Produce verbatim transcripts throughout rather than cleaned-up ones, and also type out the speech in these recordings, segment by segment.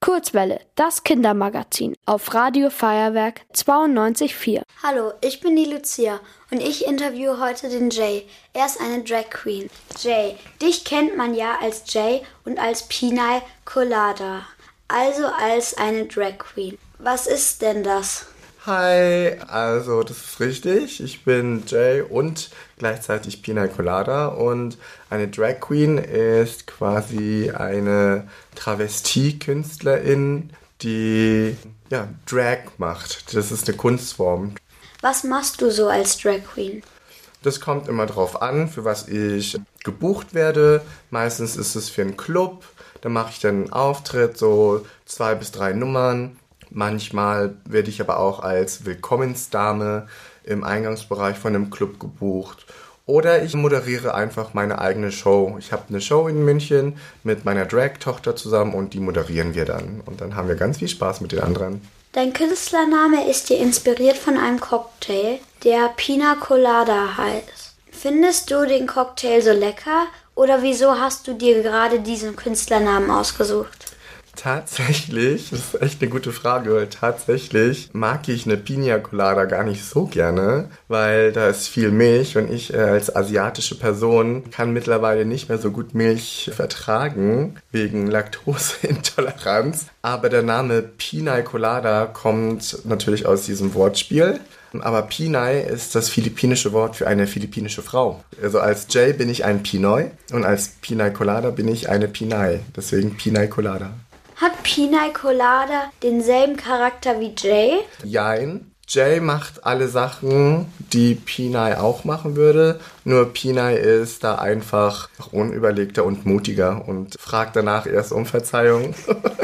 Kurzwelle, das Kindermagazin auf Radio Feuerwerk zweiundneunzig Komma vier. Hallo, ich bin die Lucia und ich interviewe heute den Jay. Er ist eine Drag Queen. Jay, dich kennt man ja als Jay und als Pina Colada, also als eine Drag Queen. Was ist denn das? Hi, also das ist richtig. Ich bin Jay und gleichzeitig Pina Colada und eine Drag Queen ist quasi eine Travestie-Künstlerin, die ja, Drag macht. Das ist eine Kunstform. Was machst du so als Drag Queen? Das kommt immer drauf an, für was ich gebucht werde. Meistens ist es für einen Club. Da mache ich dann einen Auftritt, so zwei bis drei Nummern. Manchmal werde ich aber auch als Willkommensdame im Eingangsbereich von einem Club gebucht. Oder ich moderiere einfach meine eigene Show. Ich habe eine Show in München mit meiner Drag-Tochter zusammen und die moderieren wir dann. Und dann haben wir ganz viel Spaß mit den anderen. Dein Künstlername ist dir inspiriert von einem Cocktail, der Pina Colada heißt. Findest du den Cocktail so lecker oder wieso hast du dir gerade diesen Künstlernamen ausgesucht? Tatsächlich, das ist echt eine gute Frage, weil tatsächlich mag ich eine Pina Colada gar nicht so gerne, weil da ist viel Milch und ich äh, als asiatische Person kann mittlerweile nicht mehr so gut Milch vertragen, wegen Laktoseintoleranz. Aber der Name Pina Colada kommt natürlich aus diesem Wortspiel. Aber Pinay ist das philippinische Wort für eine philippinische Frau. Also als Jay bin ich ein Pinoy und als Pina Colada bin ich eine Pinay. Deswegen Pina Colada. Hat Pina Colada denselben Charakter wie Jay? Jein. Jay macht alle Sachen, die Pinay auch machen würde. Nur Pinay ist da einfach unüberlegter und mutiger und fragt danach erst um Verzeihung.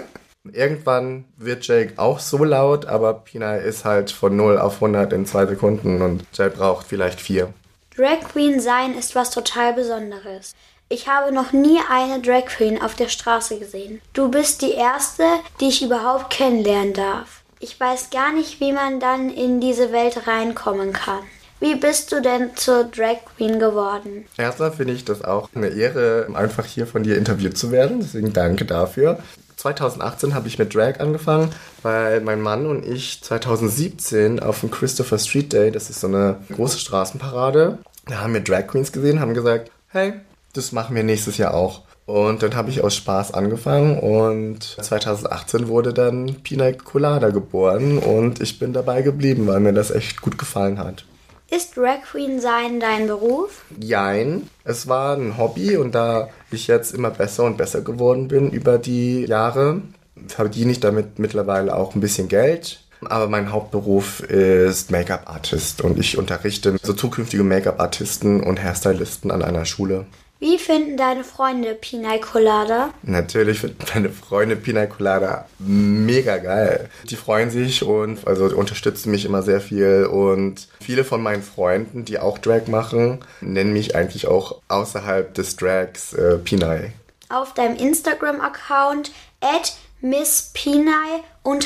Irgendwann wird Jay auch so laut, aber Pinay ist halt von null auf hundert in zwei Sekunden und Jay braucht vielleicht vier. Drag Queen sein ist was total Besonderes. Ich habe noch nie eine Drag Queen auf der Straße gesehen. Du bist die erste, die ich überhaupt kennenlernen darf. Ich weiß gar nicht, wie man dann in diese Welt reinkommen kann. Wie bist du denn zur Drag Queen geworden? Erstmal finde ich das auch eine Ehre, einfach hier von dir interviewt zu werden. Deswegen danke dafür. zweitausendachtzehn habe ich mit Drag angefangen, weil mein Mann und ich zweitausendsiebzehn auf dem Christopher Street Day, das ist so eine große Straßenparade, da haben wir Drag Queens gesehen, haben gesagt, hey, das machen wir nächstes Jahr auch. Und dann habe ich aus Spaß angefangen und zweitausendachtzehn wurde dann Pina Colada geboren und ich bin dabei geblieben, weil mir das echt gut gefallen hat. Ist Drag Queen sein dein Beruf? Jein. Es war ein Hobby und da ich jetzt immer besser und besser geworden bin über die Jahre, verdiene ich damit mittlerweile auch ein bisschen Geld. Aber mein Hauptberuf ist Make-up-Artist und ich unterrichte so zukünftige Make-up-Artisten und Hairstylisten an einer Schule. Wie finden deine Freunde Pina Colada? Natürlich finden meine Freunde Pina Colada mega geil. Die freuen sich und also unterstützen mich immer sehr viel und viele von meinen Freunden, die auch Drag machen, nennen mich eigentlich auch außerhalb des Drags äh, Pinay. Auf deinem Instagram-Account at miss pinay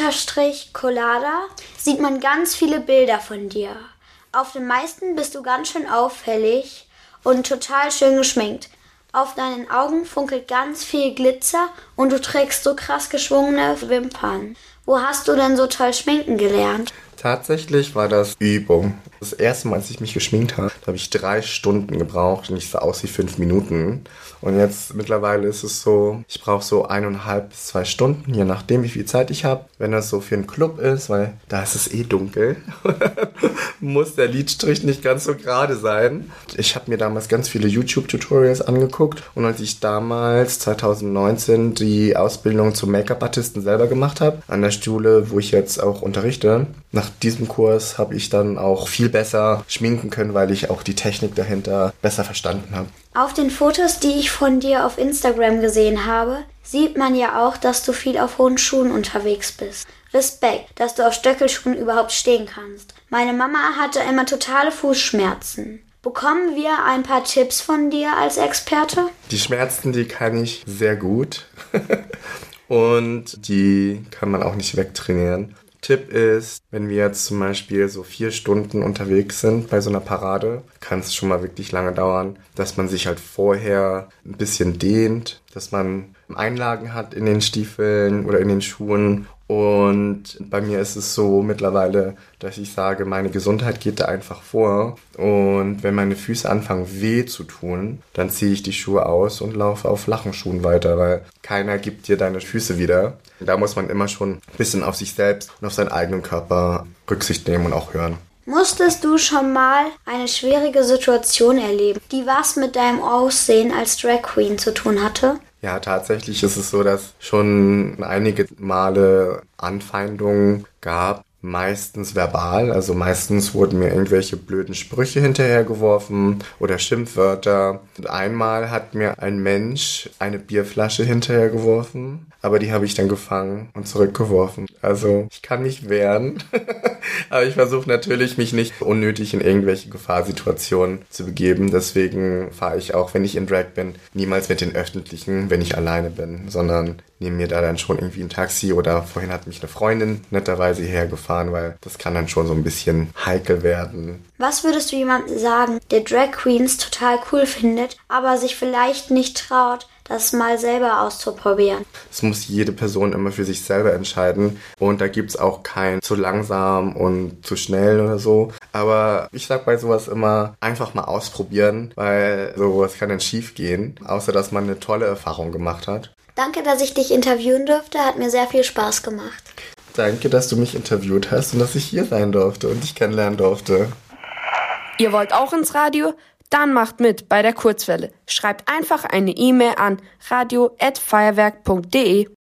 colada sieht man ganz viele Bilder von dir. Auf den meisten bist du ganz schön auffällig und total schön geschminkt. Auf deinen Augen funkelt ganz viel Glitzer und du trägst so krass geschwungene Wimpern. Wo hast du denn so toll schminken gelernt? Tatsächlich war das Übung. Das erste Mal, als ich mich geschminkt habe, da habe ich drei Stunden gebraucht und ich sah aus wie fünf Minuten. Und jetzt mittlerweile ist es so, ich brauche so eineinhalb bis zwei Stunden, je nachdem, wie viel Zeit ich habe. Wenn das so für einen Club ist, weil da ist es eh dunkel, muss der Lidstrich nicht ganz so gerade sein. Ich habe mir damals ganz viele YouTube-Tutorials angeguckt und als ich damals zweitausendneunzehn die Ausbildung zum Make-up-Artisten selber gemacht habe, an der Schule, wo ich jetzt auch unterrichte, nach diesem Kurs habe ich dann auch viel besser schminken können, weil ich auch die Technik dahinter besser verstanden habe. Auf den Fotos, die ich von dir auf Instagram gesehen habe, sieht man ja auch, dass du viel auf hohen Schuhen unterwegs bist. Respekt, dass du auf Stöckelschuhen überhaupt stehen kannst. Meine Mama hatte immer totale Fußschmerzen. Bekommen wir ein paar Tipps von dir als Experte? Die Schmerzen, die kann ich sehr gut und die kann man auch nicht wegtrainieren. Tipp ist, wenn wir jetzt zum Beispiel so vier Stunden unterwegs sind bei so einer Parade, kann es schon mal wirklich lange dauern, dass man sich halt vorher ein bisschen dehnt, dass man Einlagen hat in den Stiefeln oder in den Schuhen. Und bei mir ist es so mittlerweile, dass ich sage, meine Gesundheit geht da einfach vor. Und wenn meine Füße anfangen weh zu tun, dann ziehe ich die Schuhe aus und laufe auf flachen Schuhen weiter, weil keiner gibt dir deine Füße wieder. Da muss man immer schon ein bisschen auf sich selbst und auf seinen eigenen Körper Rücksicht nehmen und auch hören. Musstest du schon mal eine schwierige Situation erleben, die was mit deinem Aussehen als Drag Queen zu tun hatte? Ja, tatsächlich ist es so, dass schon einige Male Anfeindungen gab, meistens verbal. Also meistens wurden mir irgendwelche blöden Sprüche hinterhergeworfen oder Schimpfwörter. Und einmal hat mir ein Mensch eine Bierflasche hinterhergeworfen, aber die habe ich dann gefangen und zurückgeworfen. Also ich kann mich wehren, aber ich versuche natürlich, mich nicht unnötig in irgendwelche Gefahrsituationen zu begeben. Deswegen fahre ich auch, wenn ich in Drag bin, niemals mit den Öffentlichen, wenn ich alleine bin, sondern nehme mir da dann schon irgendwie ein Taxi oder vorhin hat mich eine Freundin netterweise hergefahren, weil das kann dann schon so ein bisschen heikel werden. Was würdest du jemandem sagen, der Drag Queens total cool findet, aber sich vielleicht nicht traut, das mal selber auszuprobieren? Das muss jede Person immer für sich selber entscheiden und da gibt's auch kein zu langsam und zu schnell oder so. Aber ich sag bei sowas immer einfach mal ausprobieren, weil sowas kann dann schief gehen, außer dass man eine tolle Erfahrung gemacht hat. Danke, dass ich dich interviewen durfte, hat mir sehr viel Spaß gemacht. Danke, dass du mich interviewt hast und dass ich hier sein durfte und dich kennenlernen durfte. Ihr wollt auch ins Radio? Dann macht mit bei der Kurzwelle. Schreibt einfach eine E-Mail an radio at feuerwerk punkt de.